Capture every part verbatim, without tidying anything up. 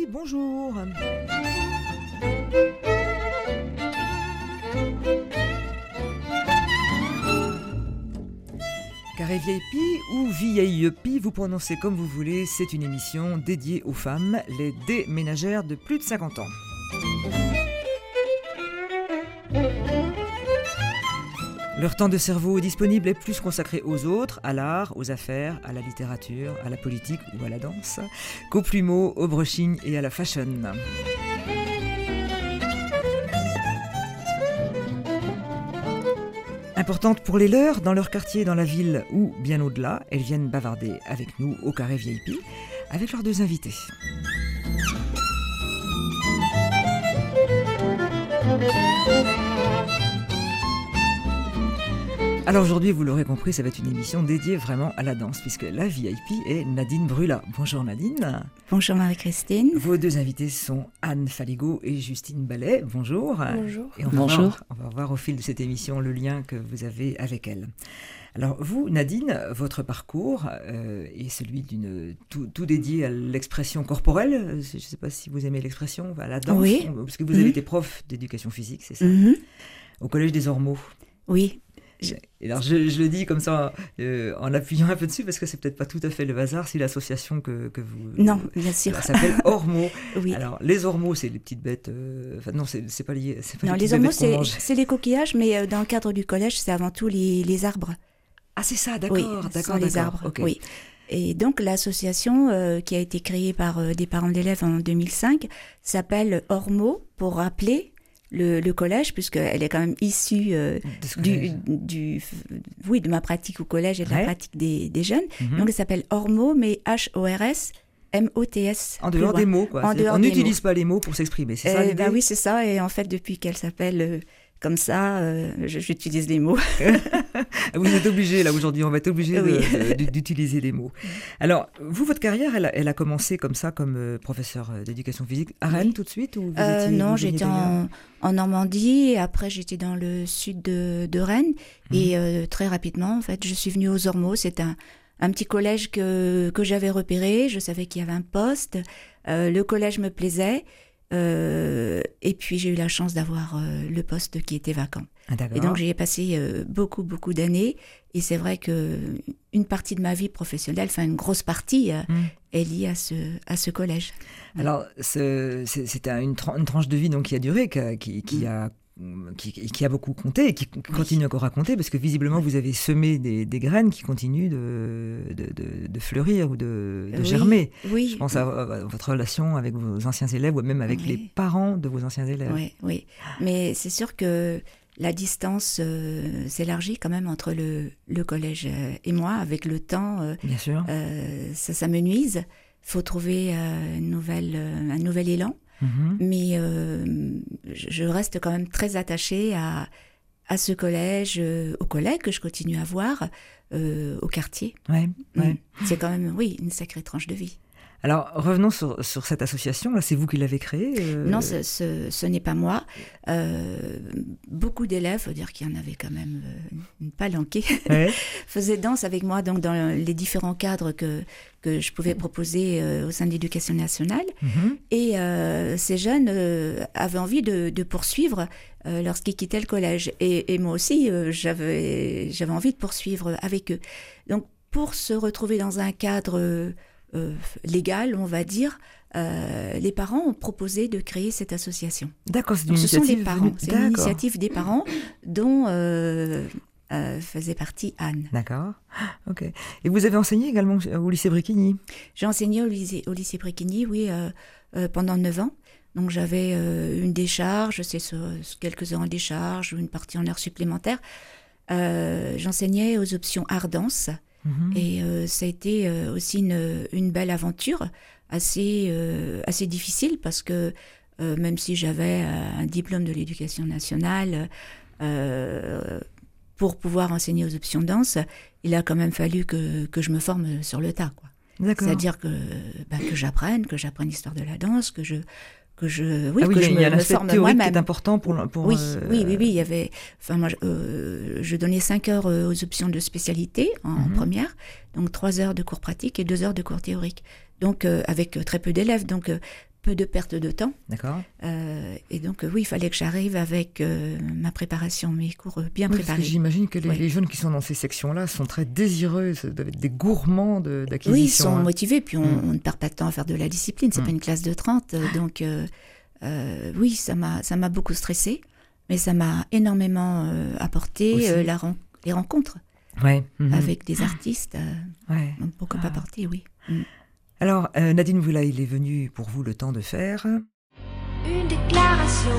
bonjour. Carré V I P ou V I P, vous prononcez comme vous voulez, c'est une émission dédiée aux femmes, les déménagères de plus de cinquante ans. Leur temps de cerveau disponible est plus consacré aux autres, à l'art, aux affaires, à la littérature, à la politique ou à la danse, qu'aux plumeaux, au brushing et à la fashion. Importantes pour les leurs, dans leur quartier, dans la ville ou bien au-delà, elles viennent bavarder avec nous au Carré V I P, avec leurs deux invités. Alors aujourd'hui, vous l'aurez compris, ça va être une émission dédiée vraiment à la danse, puisque la V I P est Nadine Brula. Bonjour Nadine. Bonjour Marie-Christine. Vos deux invités sont Anne Faligo et Justine Ballet. Bonjour. Bonjour. Et on va Bonjour. Voir, on va voir au fil de cette émission le lien que vous avez avec elles. Alors vous, Nadine, votre parcours euh, est celui d'une tout, tout dédié à l'expression corporelle. Je ne sais pas si vous aimez l'expression, à la danse. Oui. Parce que vous avez mmh. été prof d'éducation physique, c'est ça, mmh. au Collège des Ormeaux. Oui. Je... Alors je, je le dis comme ça euh, en appuyant un peu dessus parce que c'est peut-être pas tout à fait le hasard si l'association que, que vous... Non, bien sûr. Ça s'appelle Ormeaux. Oui. Alors les ormeaux, c'est les petites bêtes... Euh... Enfin non, c'est, c'est pas lié. C'est pas non, les, les ormeaux, c'est, c'est les coquillages, mais dans le cadre du collège, c'est avant tout les, les arbres. Ah c'est ça, d'accord. Oui, d'accord, ce sont d'accord, les arbres, okay. oui. Et donc l'association euh, qui a été créée par euh, des parents d'élèves en deux mille cinq s'appelle Ormeaux pour rappeler Le, le collège, puisqu'elle est quand même issue euh, du, du, oui, de ma pratique au collège et de ouais. la pratique des, des jeunes. Mm-hmm. Donc, elle s'appelle Ormeaux, mais H O R S M O T S. En dehors des mots, quoi. En dehors on n'utilise mots. pas les mots pour s'exprimer, c'est ça euh, l'idée ? Ben oui, c'est ça. Et en fait, depuis qu'elle s'appelle euh, comme ça, euh, j'utilise les mots. Vous êtes obligé, là, aujourd'hui, on va être obligé oui. de, de, d'utiliser les mots. Alors, vous, votre carrière, elle a, elle a commencé comme ça, comme euh, professeur d'éducation physique, à Rennes oui. tout de suite ou vous euh, étiez, Non, vous j'étais en, en Normandie, et après j'étais dans le sud de, de Rennes, mmh. et euh, très rapidement, en fait, je suis venue aux Ormeaux. C'est un, un petit collège que, que j'avais repéré, je savais qu'il y avait un poste, euh, le collège me plaisait, Euh, et puis j'ai eu la chance d'avoir euh, le poste qui était vacant. Ah, d'accord. Et donc j'y ai passé euh, beaucoup beaucoup d'années, et c'est vrai que une partie de ma vie professionnelle, enfin une grosse partie, euh, mm. est liée à ce à ce collège. Alors ce, c'est, c'était une, tra- une tranche de vie donc qui a duré, qui, qui mm. a Qui, qui a beaucoup compté et qui continue encore à compter, parce que visiblement vous avez semé des, des graines qui continuent de, de, de, de fleurir ou de, de oui, germer. Oui. Je pense à, à votre relation avec vos anciens élèves ou même avec oui. les parents de vos anciens élèves. Oui, oui. Mais c'est sûr que la distance euh, s'élargit quand même entre le, le collège et moi. Avec le temps, euh, Bien sûr. Euh, ça, ça me nuise. Il faut trouver euh, une nouvelle, euh, un nouvel élan. Mmh. Mais euh, je reste quand même très attachée à, à ce collège, euh, aux collègues que je continue à voir, euh, au quartier. Ouais, ouais. Mmh. C'est quand même, oui, une sacrée tranche de vie. Alors, revenons sur, sur cette association. Là, c'est vous qui l'avez créée euh... Non, ce, ce, ce n'est pas moi. Euh, beaucoup d'élèves, il faut dire qu'il y en avait quand même euh, une palanquée, ouais. faisaient danse avec moi donc, dans les différents cadres que, que je pouvais proposer euh, au sein de l'Éducation nationale. Mm-hmm. Et euh, ces jeunes euh, avaient envie de, de poursuivre euh, lorsqu'ils quittaient le collège. Et, et moi aussi, euh, j'avais, j'avais envie de poursuivre avec eux. Donc, pour se retrouver dans un cadre... Euh, Euh, légal, on va dire, euh, les parents ont proposé de créer cette association. D'accord, c'est une Donc, initiative. Ce sont les parents, c'est D'accord. une initiative des parents dont euh, euh, faisait partie Anne. D'accord, ok. Et vous avez enseigné également au lycée Bréquigny ? J'ai enseigné au lycée, au lycée Bréquigny, oui, euh, euh, pendant neuf ans. Donc j'avais euh, une décharge, c'est sur, sur quelques heures en décharge, ou une partie en heures supplémentaires. Euh, j'enseignais aux options art danse. Mmh. Et euh, ça a été euh, aussi une, une belle aventure, assez, euh, assez difficile, parce que euh, même si j'avais un diplôme de l'Éducation nationale, euh, pour pouvoir enseigner aux options danse, il a quand même fallu que, que je me forme sur le tas, quoi. D'accord. C'est-à-dire que, bah, que j'apprenne, que j'apprenne l'histoire de la danse, que je... que je, oui, ah oui, que il y a, je me, il y a me forme théorique moi-même. Qui est important pour, pour oui, euh... oui, oui, oui, il y avait, enfin moi, euh, je donnais cinq heures aux options de spécialité en mm-hmm. première, donc trois heures de cours pratiques et deux heures de cours théoriques. Donc euh, avec très peu d'élèves, donc euh, peu de perte de temps. D'accord. Euh, et donc, euh, oui, il fallait que j'arrive avec euh, ma préparation, mes cours bien oui, préparés. J'imagine que les, ouais. les jeunes qui sont dans ces sections-là sont très désireux, ça doivent être des gourmands de, d'acquisition. Oui, ils sont hein. motivés, puis on, Mm. on ne perd pas de temps à faire de la discipline, c'est Mm. pas une classe de trente, donc euh, euh, oui, ça m'a, ça m'a beaucoup stressée, mais ça m'a énormément euh, apporté, euh, la ren- les rencontres ouais. mm-hmm. avec des artistes, euh, ouais. m'ont beaucoup ah. apporté, oui. Mm. Alors, euh, Nadine Voula, il est venu pour vous le temps de faire... Une déclaration.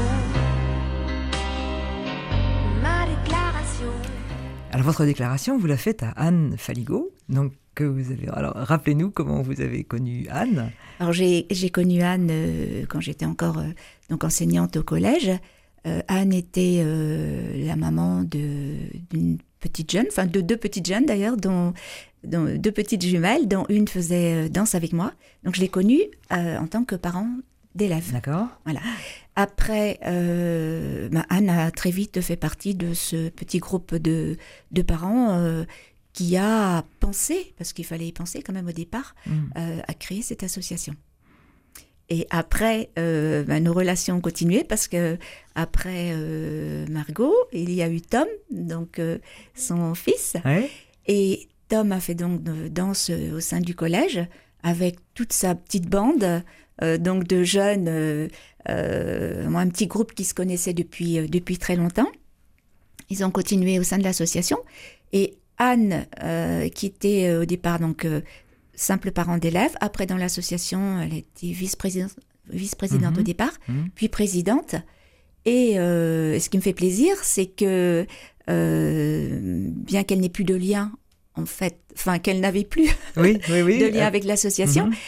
Ma déclaration. Alors, votre déclaration, vous la faites à Anne Faligot. Donc, que vous avez... Alors, rappelez-nous comment vous avez connu Anne. Alors, j'ai, j'ai connu Anne euh, quand j'étais encore euh, donc enseignante au collège. Euh, Anne était euh, la maman de, d'une petite jeune, enfin de deux petites jeunes d'ailleurs, dont, dont deux petites jumelles, dont une faisait euh, danse avec moi. Donc, je l'ai connue euh, en tant que parent d'élèves. D'accord. Voilà. Après, euh, bah Anne a très vite fait partie de ce petit groupe de, de parents euh, qui a pensé, parce qu'il fallait y penser quand même au départ, mmh. euh, à créer cette association. Et après, euh, bah, nos relations ont continué parce que après euh, Margot, il y a eu Tom, donc euh, son fils. Ouais. Et Tom a fait donc de danse au sein du collège avec toute sa petite bande. Euh, donc de jeunes, euh, euh, un petit groupe qui se connaissait depuis, euh, depuis très longtemps. Ils ont continué au sein de l'association. Et Anne, euh, qui était euh, au départ donc, euh, simple parent d'élève, après dans l'association, elle était vice-présidente, vice-présidente mmh. au départ, mmh. puis présidente. Et euh, ce qui me fait plaisir, c'est que euh, bien qu'elle n'ait plus de lien, en fait, enfin qu'elle n'avait plus oui, oui, oui. de lien avec l'association. Mmh.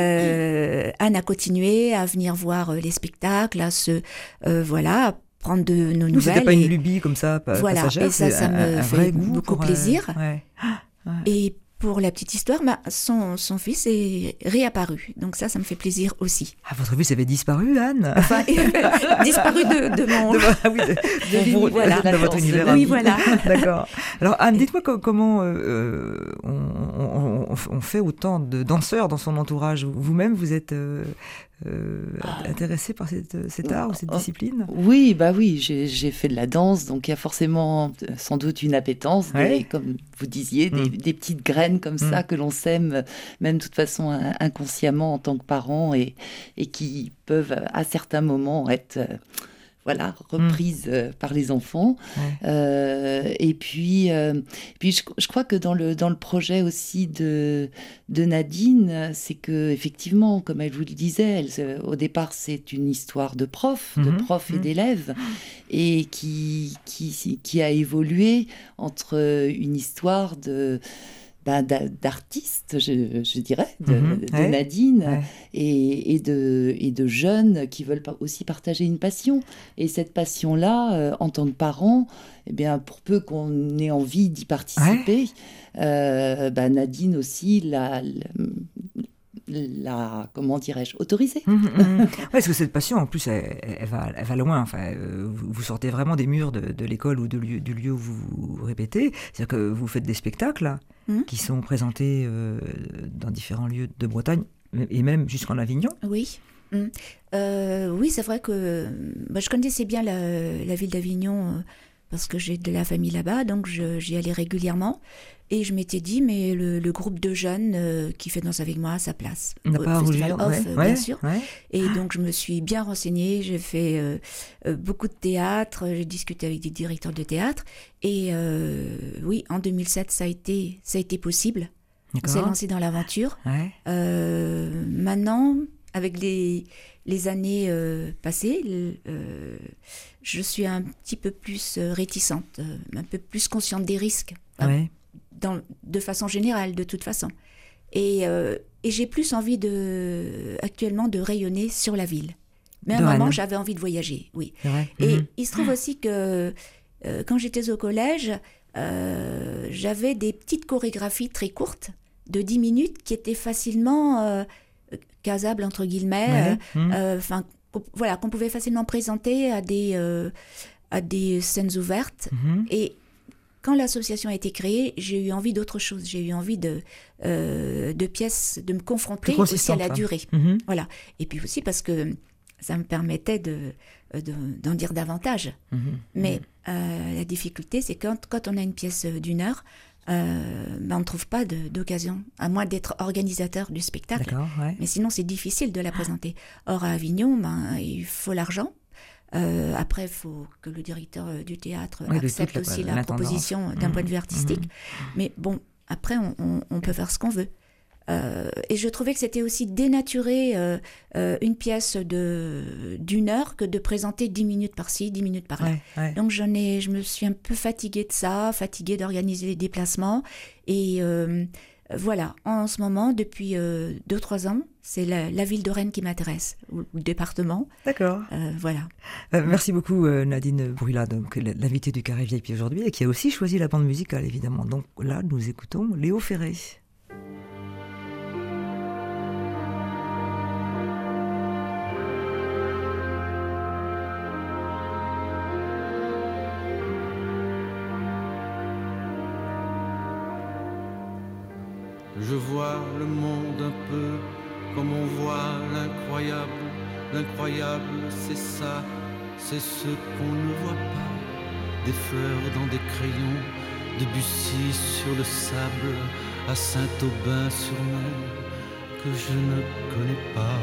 Euh, Anne a continué à venir voir les spectacles, à se, euh, voilà, à prendre de nos oui, nouvelles. C'était pas et, une lubie comme ça, pas, voilà, passagère. Et ça, ça un, me un fait goût beaucoup pour, plaisir. Euh, ouais. Ouais. Et pour la petite histoire, bah, son, son fils est réapparu. Donc ça, ça me fait plaisir aussi. Ah, votre fils avait disparu, Anne? Enfin, disparu de, de mon... De, ah oui, de, de, vous, voilà. de votre univers. Oui, voilà. D'accord. Alors, Anne, dites-moi co- comment euh, on, on, on, on fait autant de danseurs dans son entourage. Vous-même, vous êtes... Euh, Euh, intéressée par cette, cet art ou cette discipline? Oui, bah oui, j'ai, j'ai fait de la danse, donc il y a forcément sans doute une appétence, ouais. des, comme vous disiez, des, mmh. des petites graines comme mmh. ça que l'on sème, même de toute façon inconsciemment en tant que parent, et, et qui peuvent à certains moments être... Euh, voilà, reprise mmh. euh, par les enfants. Ouais. Euh, et puis, euh, puis je, je crois que dans le, dans le projet aussi de, de Nadine, c'est que effectivement, comme elle vous le disait, elle, au départ, c'est une histoire de prof, mmh. de prof et mmh. d'élèves, et qui, qui, qui a évolué entre une histoire de... Ben, d'artistes, je, je dirais, de, mmh, de ouais, Nadine, ouais. Et, et, de, et de jeunes qui veulent aussi partager une passion. Et cette passion-là, euh, en tant que parent, eh bien, pour peu qu'on ait envie d'y participer, ouais. euh, ben, Nadine aussi l'a... la, comment dirais-je, autorisée. Mmh, mmh. Ouais, parce que cette passion, en plus, elle, elle, va, elle va loin. Enfin, euh, vous, vous sortez vraiment des murs de, de l'école ou de lieu, du lieu où vous répétez. C'est-à-dire que vous faites des spectacles mmh. qui sont présentés euh, dans différents lieux de Bretagne, et même jusqu'en Avignon. Oui. Mmh. Euh, oui, c'est vrai que bah, je connaissais bien la, la ville d'Avignon euh, parce que j'ai de la famille là-bas, donc je, j'y allais régulièrement. Et je m'étais dit, mais le, le groupe de jeunes euh, qui fait Danse avec moi a sa place. On n'a pas à rougir, off, ouais, euh, ouais, bien sûr. Ouais. Et donc, je me suis bien renseignée. J'ai fait euh, euh, beaucoup de théâtre. J'ai discuté avec des directeurs de théâtre. Et euh, oui, en deux mille sept, ça a été, ça a été possible. D'accord. On s'est lancé dans l'aventure. Ouais. Euh, maintenant, avec les, les années euh, passées, euh, je suis un petit peu plus réticente, un peu plus consciente des risques. Ouais. Dans, de façon générale, de toute façon. Et, euh, et j'ai plus envie de, actuellement de rayonner sur la ville. Mais à un moment, j'avais envie de voyager, oui. Et mmh. il se trouve aussi que euh, quand j'étais au collège, euh, j'avais des petites chorégraphies très courtes, de dix minutes, qui étaient facilement euh, casables, entre guillemets. Ouais. Euh, mmh. euh, voilà, qu'on pouvait facilement présenter à des, euh, à des scènes ouvertes. Mmh. Et quand l'association a été créée, j'ai eu envie d'autre chose. J'ai eu envie de, euh, de pièces, de me confronter aussi à la durée. Mm-hmm. Voilà. Et puis aussi parce que ça me permettait de, de, d'en dire davantage. Mm-hmm. Mais euh, la difficulté, c'est quand, quand on a une pièce d'une heure, euh, ben on ne trouve pas de, d'occasion, à moins d'être organisateur du spectacle. Ouais. Mais sinon, c'est difficile de la présenter. Or, à Avignon, ben, il faut l'argent. Euh, après, il faut que le directeur du théâtre oui, accepte la, aussi la, la proposition d'un mmh. point de vue artistique. Mmh. Mais bon, après, on, on, on peut faire ce qu'on veut. Euh, et je trouvais que c'était aussi dénaturer euh, euh, une pièce de, d'une heure que de présenter dix minutes par-ci, dix minutes par-là. Ouais, ouais. Donc, j'en ai, je me suis un peu fatiguée de ça, fatiguée d'organiser les déplacements. Et euh, voilà, en ce moment, depuis euh, deux trois ans, c'est la, la ville de Rennes qui m'intéresse, ou le département. D'accord. Euh, voilà. Euh, merci beaucoup euh, Nadine Brula, donc l'invitée du Carré V I P aujourd'hui, et qui a aussi choisi la bande musicale, évidemment. Donc là, nous écoutons Léo Ferré. Je vois le monde un peu comme on voit l'incroyable. L'incroyable, c'est ça, c'est ce qu'on ne voit pas. Des fleurs dans des crayons, Debussy sur le sable, à Saint-Aubin-sur-Mer, que je ne connais pas.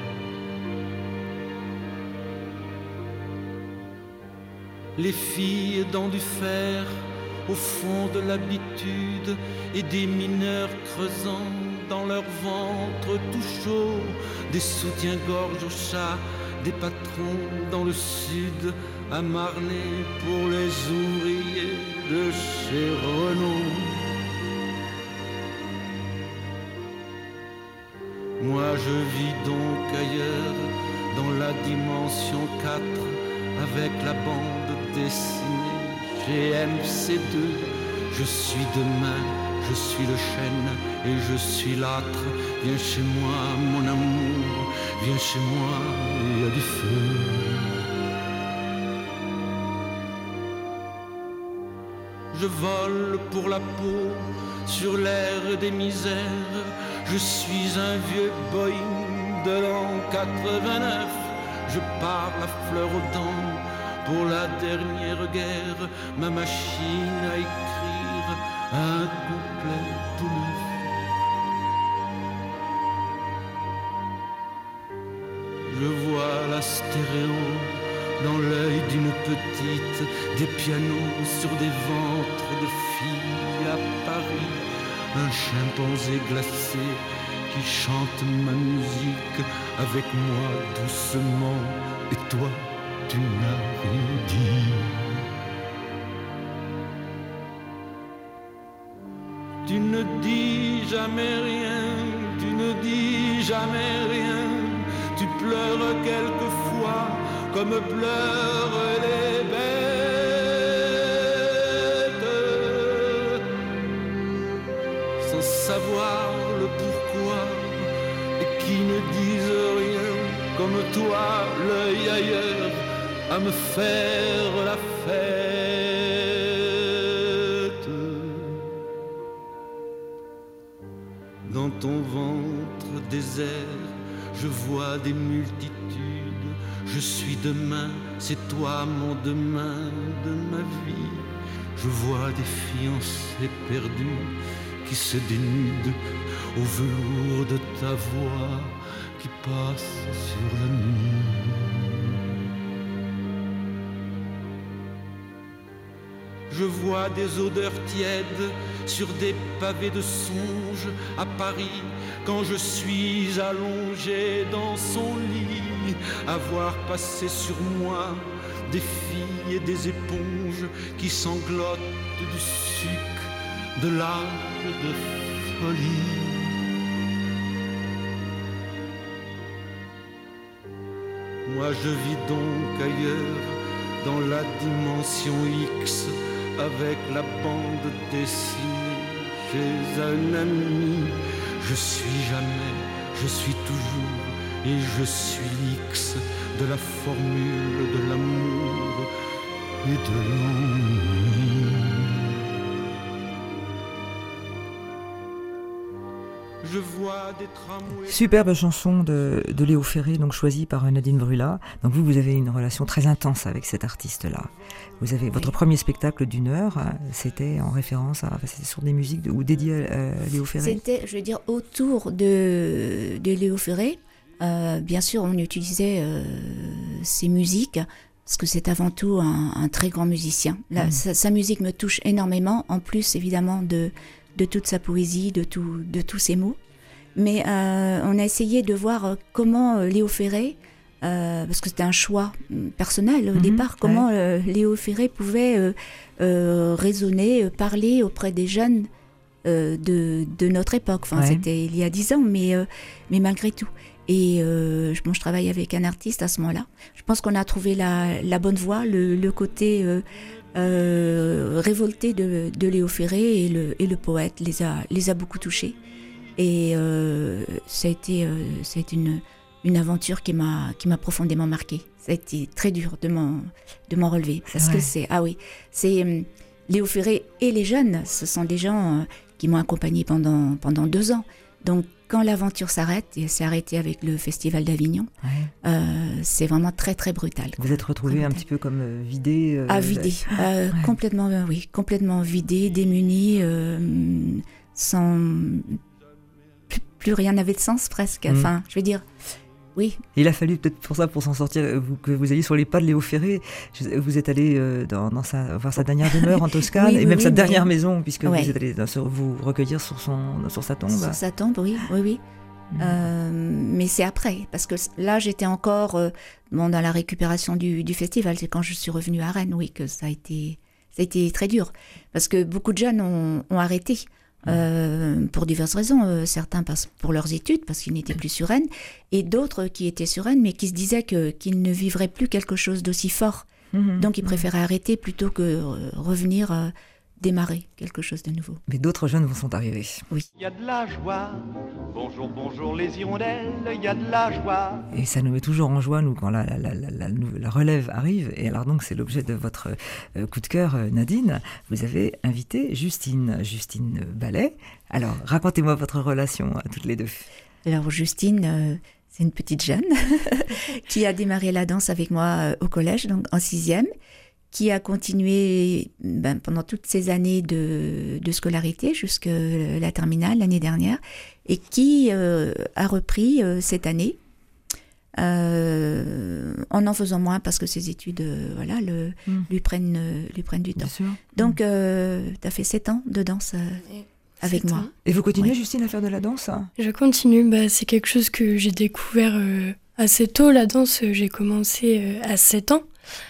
Les filles dans du fer, au fond de l'habitude, et des mineurs creusant dans leur ventre tout chaud, des soutiens-gorge au chat, des patrons dans le sud, à Marnay pour les ouvriers de chez Renault. Moi je vis donc ailleurs, dans la dimension quatre, avec la bande dessinée G M C deux. Je suis demain, je suis le chêne et je suis l'âtre. Viens chez moi mon amour, viens chez moi, il y a du feu. Je vole pour la peau sur l'air des misères. Je suis un vieux Boeing de l'an quatre-vingt-neuf. Je pars la fleur aux dents pour la dernière guerre. Ma machine à écrire un couplet tout neuf. Je vois la stéréo dans l'œil d'une petite, des pianos sur des ventres de filles à Paris, un chimpanzé glacé qui chante ma musique avec moi doucement, et toi tu n'as rien dit. Tu ne dis jamais rien, tu ne dis jamais rien. Tu pleures quelquefois comme pleurent les bêtes, sans savoir le pourquoi, et qui ne disent rien comme toi, l'œil ailleurs, à me faire la fête. Dans ton ventre désert, je vois des multitudes. Je suis demain, c'est toi mon demain de ma vie. Je vois des fiancés perdus qui se dénudent au velours de ta voix qui passe sur la nuit. Je vois des odeurs tièdes sur des pavés de songe à Paris, quand je suis allongé dans son lit, à voir passer sur moi des filles et des éponges qui sanglotent du suc de l'âge de folie. Moi je vis donc ailleurs, dans la dimension X, avec la bande dessinée chez un ami. Je suis jamais, je suis toujours, et je suis l'X de la formule de l'amour et de l'ennui. je vois des tramways. Superbe chanson de, de Léo Ferré, donc choisie par Nadine Brula. Donc vous, vous avez une relation très intense avec cet artiste-là. Vous avez votre oui. premier spectacle d'une heure, c'était en référence à, enfin, c'était sur des musiques de, ou dédié à, à Léo Ferré. C'était, je veux dire, autour de, de Léo Ferré. Euh, bien sûr, on utilisait euh, ses musiques. Parce que c'est avant tout un, un très grand musicien. La, mmh. sa, sa musique me touche énormément, en plus évidemment de, de toute sa poésie, de, tout, de tous ses mots. Mais euh, on a essayé de voir comment euh, Léo Ferré, euh, parce que c'était un choix personnel au mmh. départ, comment ouais. euh, Léo Ferré pouvait euh, euh, raisonner, parler auprès des jeunes euh, de, de notre époque. Enfin, ouais. c'était il y a dix ans, mais, euh, mais malgré tout. Et euh, bon, je travaille avec un artiste à ce moment-là. Je pense qu'on a trouvé la, la bonne voie, le, le côté euh, euh, révolté de, de Léo Ferré et le, et le poète les a, les a beaucoup touchés. Et euh, ça a été, euh, ça a été une, une aventure qui m'a, qui m'a profondément marquée. Ça a été très dur de m'en, de m'en relever. Parce ouais. que c'est, ah oui, c'est euh, Léo Ferré et les jeunes, ce sont des gens euh, qui m'ont accompagnée pendant, pendant deux ans. Donc, quand l'aventure s'arrête, et c'est arrêté avec le Festival d'Avignon, ouais. euh, c'est vraiment très très brutal. Vous êtes retrouvée un petit peu comme euh, vidée euh, Ah, vidée, euh, ouais. complètement, euh, oui, complètement vidée, démunie, euh, sans... Plus, plus rien n'avait de sens presque, mmh. enfin, je veux dire... Oui. Il a fallu peut-être pour ça, pour s'en sortir, vous, que vous ayez sur les pas de Léo Ferré. Vous êtes allé euh, dans, dans sa, voir sa dernière demeure en Toscane, oui, et oui, même oui, sa oui, dernière oui. maison, puisque ouais. vous êtes allé dans, sur, vous recueillir sur, son, sur sa tombe. Sur sa tombe, oui, oui, oui. Mmh. Euh, mais c'est après, parce que là, j'étais encore euh, bon, dans la récupération du, du festival. C'est quand je suis revenue à Rennes, oui, que ça a été, ça a été très dur. Parce que beaucoup de jeunes ont, ont arrêté. Euh, pour diverses raisons, euh, certains passent pour leurs études parce qu'ils n'étaient plus sur Rennes, et d'autres qui étaient sur Rennes mais qui se disaient que, qu'ils ne vivraient plus quelque chose d'aussi fort. Mmh, donc ils mmh. préféraient arrêter plutôt que euh, revenir euh, démarrer quelque chose de nouveau. Mais d'autres jeunes vous sont arrivés. Oui. Il y a de la joie, bonjour, bonjour les hirondelles, il y a de la joie. Et ça nous met toujours en joie, nous, quand la, la, la, la, la relève arrive. Et alors donc, c'est l'objet de votre euh, coup de cœur, Nadine. Vous avez invité Justine, Justine Ballet. Alors, racontez-moi votre relation à toutes les deux. Alors, Justine... Euh... C'est une petite jeune qui a démarré la danse avec moi au collège, donc en sixième, qui a continué ben, pendant toutes ces années de, de scolarité jusqu'à la terminale l'année dernière, et qui euh, a repris euh, cette année euh, en en faisant moins parce que ses études euh, voilà, le, mmh. lui, prennent, euh, lui prennent du temps. Donc, euh, tu as fait sept ans de danse euh, avec moi. Et vous continuez, ouais. Justine, à faire de la danse? Je continue. Bah, c'est quelque chose que j'ai découvert euh, assez tôt. La danse, euh, j'ai commencé euh, à sept ans.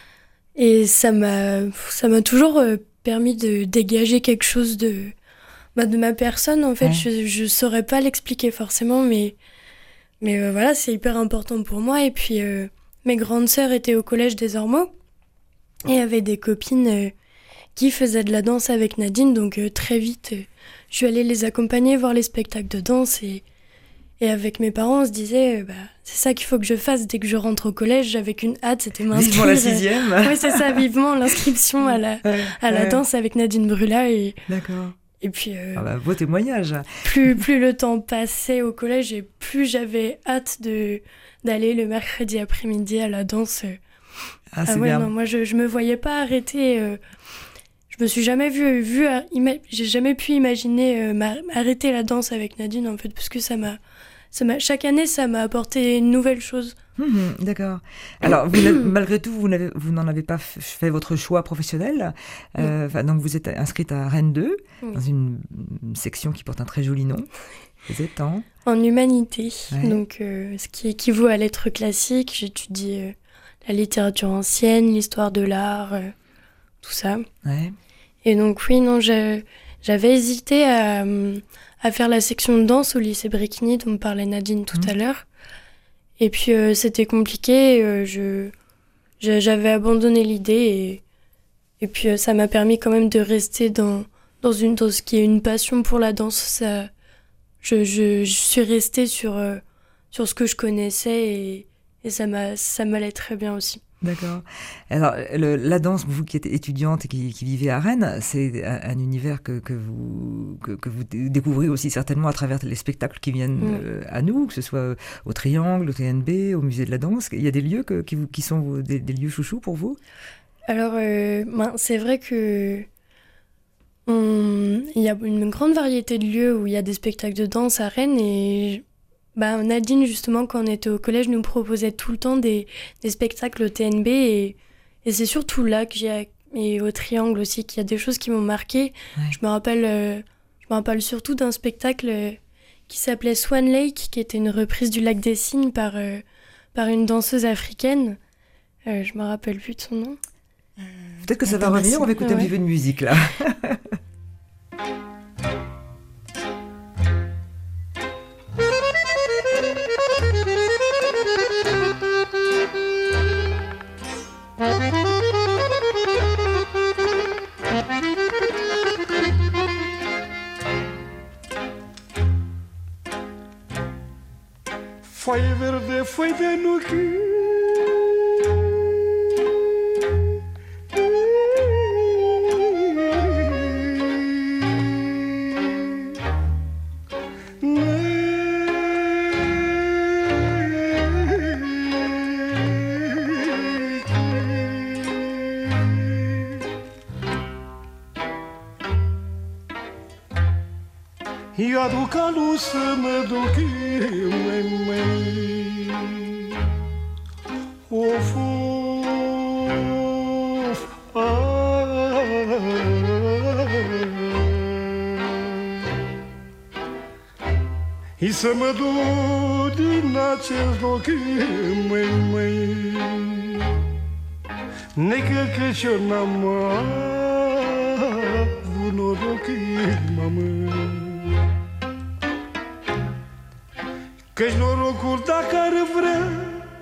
Et ça m'a, ça m'a toujours euh, permis de dégager quelque chose de, bah, de ma personne. En fait, ouais. je ne saurais pas l'expliquer forcément, mais, mais euh, voilà, c'est hyper important pour moi. Et puis, euh, mes grandes sœurs étaient au collège des Ormeaux et avaient des copines euh, qui faisaient de la danse avec Nadine. Donc, euh, très vite... Euh, je suis allée les accompagner, voir les spectacles de danse, et, et avec mes parents, on se disait, bah, c'est ça qu'il faut que je fasse dès que je rentre au collège. J'avais qu'une hâte, c'était m'inscrire. Vivement la sixième. Euh, oui, c'est ça, vivement l'inscription à la, ouais, à la ouais. danse avec Nadine Brula. Et, D'accord. Et puis, euh, ah bah, beau témoignage. Plus, plus le temps passait au collège, et plus j'avais hâte de, d'aller le mercredi après-midi à la danse. Ah, c'est ah ouais, bien. Non, moi, je ne me voyais pas arrêter... Euh, Je me suis jamais vue, vue ima- j'ai jamais pu imaginer euh, arrêter la danse avec Nadine, en fait, parce que ça m'a, ça m'a, chaque année, ça m'a apporté une nouvelle chose. Mmh, d'accord. Alors, vous malgré tout, vous, n'avez, vous n'en avez pas f- fait votre choix professionnel. Euh, donc, vous êtes inscrite à Rennes deux, mmh. dans une, une section qui porte un très joli nom. Vous êtes en... En humanité, ouais. donc euh, ce qui équivaut à lettres classiques. J'étudie euh, la littérature ancienne, l'histoire de l'art, euh, tout ça. Ouais. Et donc oui, non, je, j'avais hésité à, à faire la section de danse au lycée Bréquigny dont parlait Nadine tout mmh. à l'heure. Et puis euh, c'était compliqué, euh, je, je, j'avais abandonné l'idée, et, et puis euh, ça m'a permis quand même de rester dans, dans, une, dans ce qui est une passion pour la danse. Ça, je, je, je suis restée sur, euh, sur ce que je connaissais, et, et ça, m'a, ça m'allait très bien aussi. D'accord. Alors, le, la danse, vous qui êtes étudiante et qui, qui vivez à Rennes, c'est un, un univers que, que, vous, que, que vous découvrez aussi certainement à travers les spectacles qui viennent mmh. euh, à nous, que ce soit au Triangle, au T N B, au Musée de la Danse. Il y a des lieux que, qui, vous, qui sont des, des lieux chouchous pour vous ? Alors, euh, ben, c'est vrai que on... il y a une grande variété de lieux où il y a des spectacles de danse à Rennes et... Bah, Nadine, justement, quand on était au collège, nous proposait tout le temps des, des spectacles au T N B et, et c'est surtout là que j'ai, et au Triangle aussi, qu'il y a des choses qui m'ont marqué. Ouais. Je me rappelle, euh, je me rappelle surtout d'un spectacle euh, qui s'appelait Swan Lake, qui était une reprise du Lac des Cygnes par, euh, par une danseuse africaine. Euh, je me rappelle plus de son nom. Euh, Peut-être que ça va revenir, on va écouter ouais. un petit peu de musique là. Foi verde, foi de nuki. Ia do calo se me do que mãe mãe o fof ah e se me do de naches do que mãe mãe nem que que chama vuno do que mamãe que não recorda a cara branca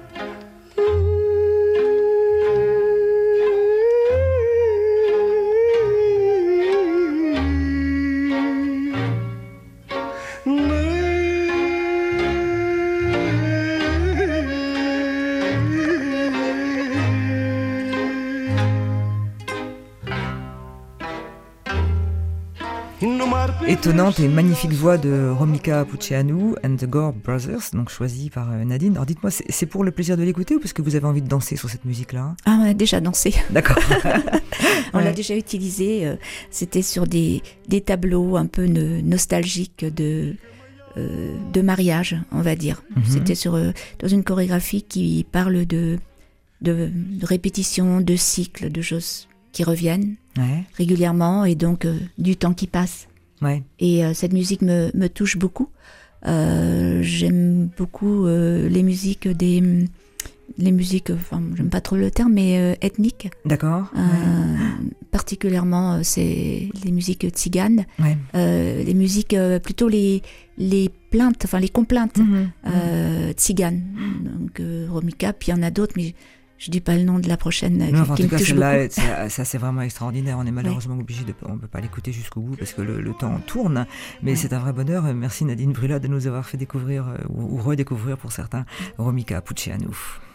Étonnante et magnifique voix de Romika Puceanu and the Gore Brothers, donc choisie par Nadine. Alors dites-moi, c'est, c'est pour le plaisir de l'écouter ou parce que vous avez envie de danser sur cette musique-là ? Ah, on a déjà dansé. D'accord. On ouais. l'a déjà utilisé. C'était sur des, des tableaux un peu no- nostalgiques de, euh, de mariage, on va dire. Mm-hmm. C'était sur, euh, dans une chorégraphie qui parle de, de, de répétition, de cycles, de choses qui reviennent ouais. régulièrement et donc euh, du temps qui passe. Ouais. Et euh, cette musique me, me touche beaucoup. Euh, j'aime beaucoup euh, les musiques des, les musiques, enfin, j'aime pas trop le terme, mais euh, ethniques. D'accord. Euh, ouais. Particulièrement, c'est les musiques tziganes. Ouais. Euh, les musiques euh, plutôt les les plaintes, enfin les complaintes mmh, euh, mmh. tziganes. Donc euh, Romika, puis il y en a d'autres, mais je dis pas le nom de la prochaine non, qui, enfin, qui en me tout cas, touche celle-là, beaucoup. Ça, ça c'est vraiment extraordinaire. On est malheureusement ouais. obligé de, on peut pas l'écouter jusqu'au bout parce que le, le temps tourne. Mais ouais. c'est un vrai bonheur. Merci Nadine Brula de nous avoir fait découvrir euh, ou, ou redécouvrir pour certains Romika Puceanu.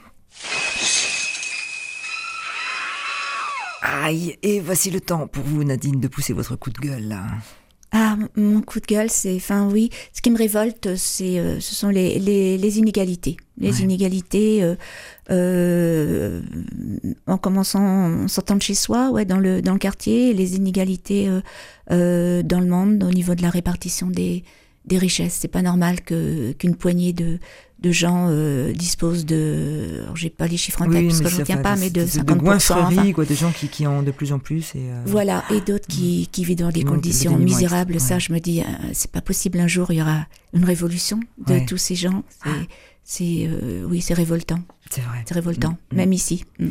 Aïe, et voici le temps pour vous Nadine de pousser votre coup de gueule là. Ah, mon coup de gueule, c'est, enfin oui, ce qui me révolte, c'est, euh, ce sont les, les, les inégalités. Les ouais. inégalités, euh, euh, en commençant, en sortant de chez soi, ouais, dans le, dans le quartier, les inégalités euh, euh, dans le monde, au niveau de la répartition des, des richesses. C'est pas normal que, qu'une poignée de, de gens euh, disposent de, alors j'ai pas les chiffres en tête oui, parce que je ne tiens pas, mais de cinquante pour cent. De goinfreries, enfin, quoi, de gens qui, qui en ont de plus en plus. Et euh... Voilà, et d'autres qui, qui vivent dans des conditions des misérables. Ouais. Ça, je me dis, euh, c'est pas possible. Un jour, il y aura une révolution de ouais. tous ces gens. C'est, ah. c'est euh, oui, c'est révoltant. C'est vrai. C'est révoltant, mmh. même mmh. ici. Mmh.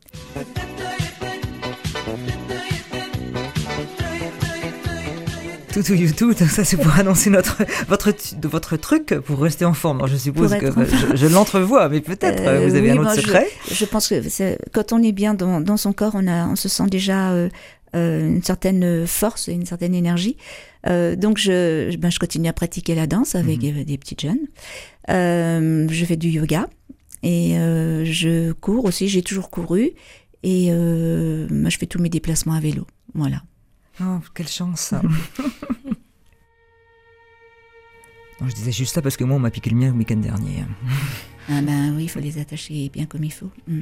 Tout to you tout, ça c'est pour annoncer notre, votre, votre truc pour rester en forme. Alors, je suppose que je, je l'entrevois, mais peut-être euh, vous avez oui, un autre bon, secret. Je, je pense que c'est, quand on est bien dans, dans son corps, on, a, on se sent déjà euh, euh, une certaine force et une certaine énergie. Euh, donc je, ben, je continue à pratiquer la danse avec mmh. des petites jeunes. Euh, je fais du yoga. Et euh, je cours aussi, j'ai toujours couru. Et euh, moi, je fais tous mes déplacements à vélo. Voilà. Oh, quelle chance. Non, je disais juste ça parce que moi, on m'a piqué le mien le week-end dernier. Ah ben oui, il faut les attacher bien comme il faut. Mm.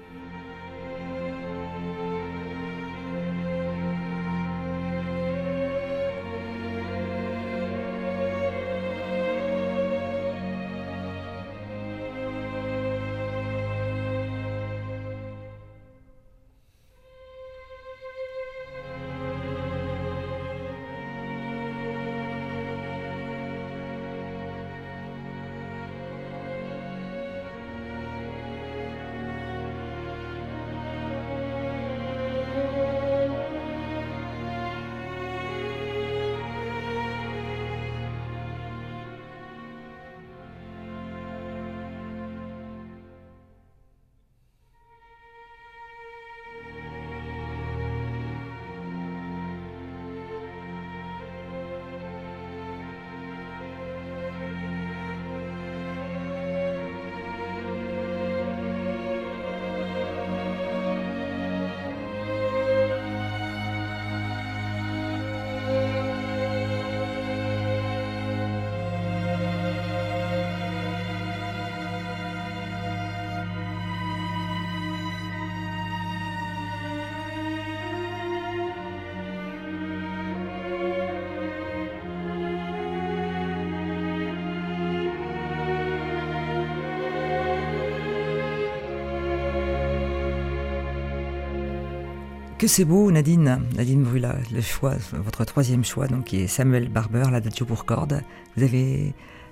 Que c'est beau, Nadine, Nadine Brula, le choix, votre troisième choix, donc qui est Samuel Barber, l'Adagio pour cordes. Vous avez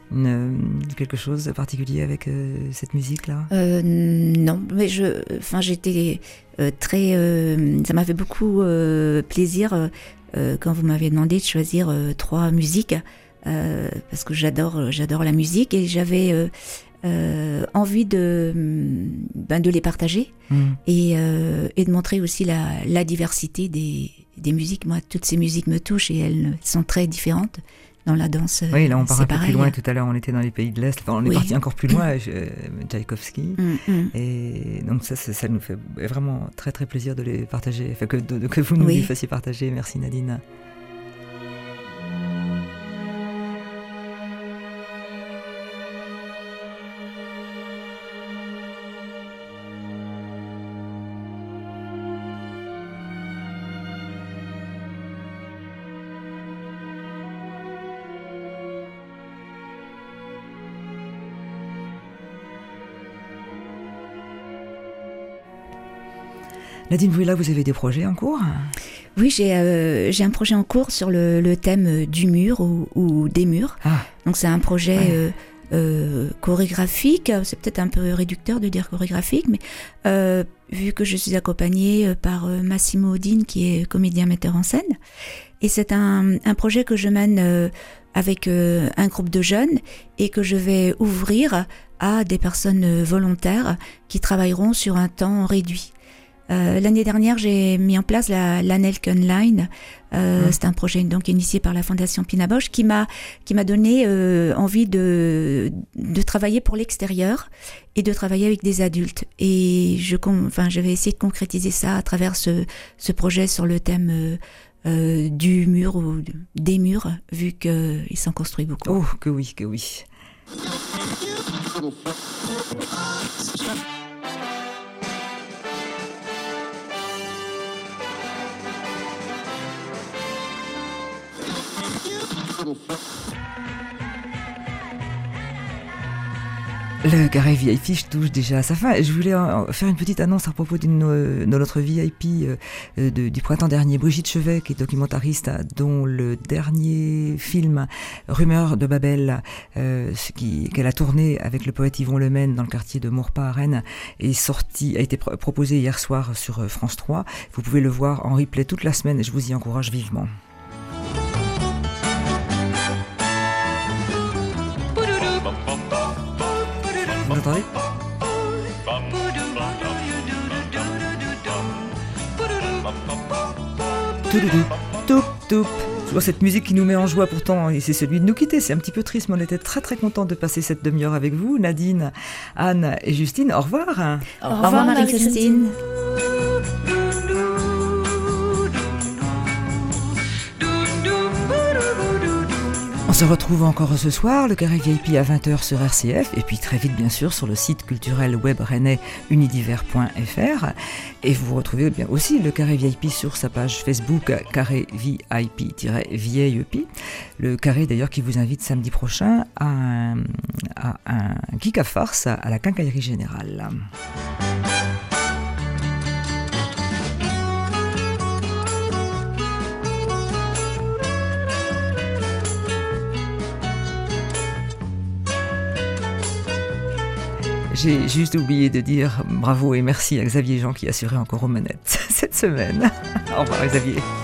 une, quelque chose de particulier avec euh, cette musique-là ? euh, Non, mais je, enfin, j'étais euh, très, euh, ça m'a fait beaucoup euh, plaisir euh, quand vous m'avez demandé de choisir euh, trois musiques, euh, parce que j'adore, j'adore la musique et j'avais euh, Euh, envie de, ben de les partager mmh. et, euh, et de montrer aussi la, la diversité des, des musiques. Moi, toutes ces musiques me touchent et elles sont très différentes dans la danse. Oui, là on part un peu pareil. plus loin. Tout à l'heure, on était dans les pays de l'Est. Enfin, on est oui. parti encore plus loin, euh, Tchaïkovski. Mmh, mmh. Et donc ça, ça, ça nous fait vraiment très très plaisir de les partager. Enfin, que, de, de, que vous nous oui. les fassiez partager. Merci Nadine. Nadine Brula, vous avez des projets en cours ? Oui, j'ai, euh, j'ai un projet en cours sur le, le thème du mur ou, ou des murs. Ah. Donc c'est un projet ouais. euh, euh, chorégraphique, c'est peut-être un peu réducteur de dire chorégraphique, mais euh, vu que je suis accompagnée par Massimo Odine, qui est comédien metteur en scène, et c'est un, un projet que je mène euh, avec euh, un groupe de jeunes et que je vais ouvrir à des personnes volontaires qui travailleront sur un temps réduit. Euh, l'année dernière, j'ai mis en place la, la Nelken Line. Euh, mmh. C'est un projet donc initié par la Fondation Pina Bausch qui m'a qui m'a donné euh, envie de de travailler pour l'extérieur et de travailler avec des adultes. Et je enfin je vais essayer de concrétiser ça à travers ce ce projet sur le thème euh, euh, du mur ou des murs, vu que ils s'en construisent beaucoup. Oh que oui que oui. Le carré V I P touche déjà à sa fin. Je voulais faire une petite annonce à propos d'une de notre V I P de, du printemps dernier, Brigitte Chevet, qui est documentariste, dont le dernier film Rumeurs de Babel, euh, qui, qu'elle a tourné avec le poète Yvon Lemaine dans le quartier de Maurepas à Rennes, est sorti, a été pr- proposé hier soir sur France trois. Vous pouvez le voir en replay toute la semaine et je vous y encourage vivement. Vous entendez ? Toudoudou, toup toup. Toujours cette musique qui nous met en joie pourtant, et c'est celui de nous quitter. C'est un petit peu triste, mais on était très très contents de passer cette demi-heure avec vous, Nadine, Anne et Justine. Au revoir. Au revoir, revoir Marie-Christine. On se retrouve encore ce soir, le Carré V I P à vingt heures sur R C F, et puis très vite bien sûr sur le site culturel web rennais unidivers point f r. Et vous retrouvez bien aussi le Carré V I P sur sa page Facebook Carré V I P-V I E P. Le Carré d'ailleurs qui vous invite samedi prochain à un, à un geek à farce à la Quincaillerie Générale. J'ai juste oublié de dire bravo et merci à Xavier Jean qui assurait encore aux manettes cette semaine. Au revoir Xavier.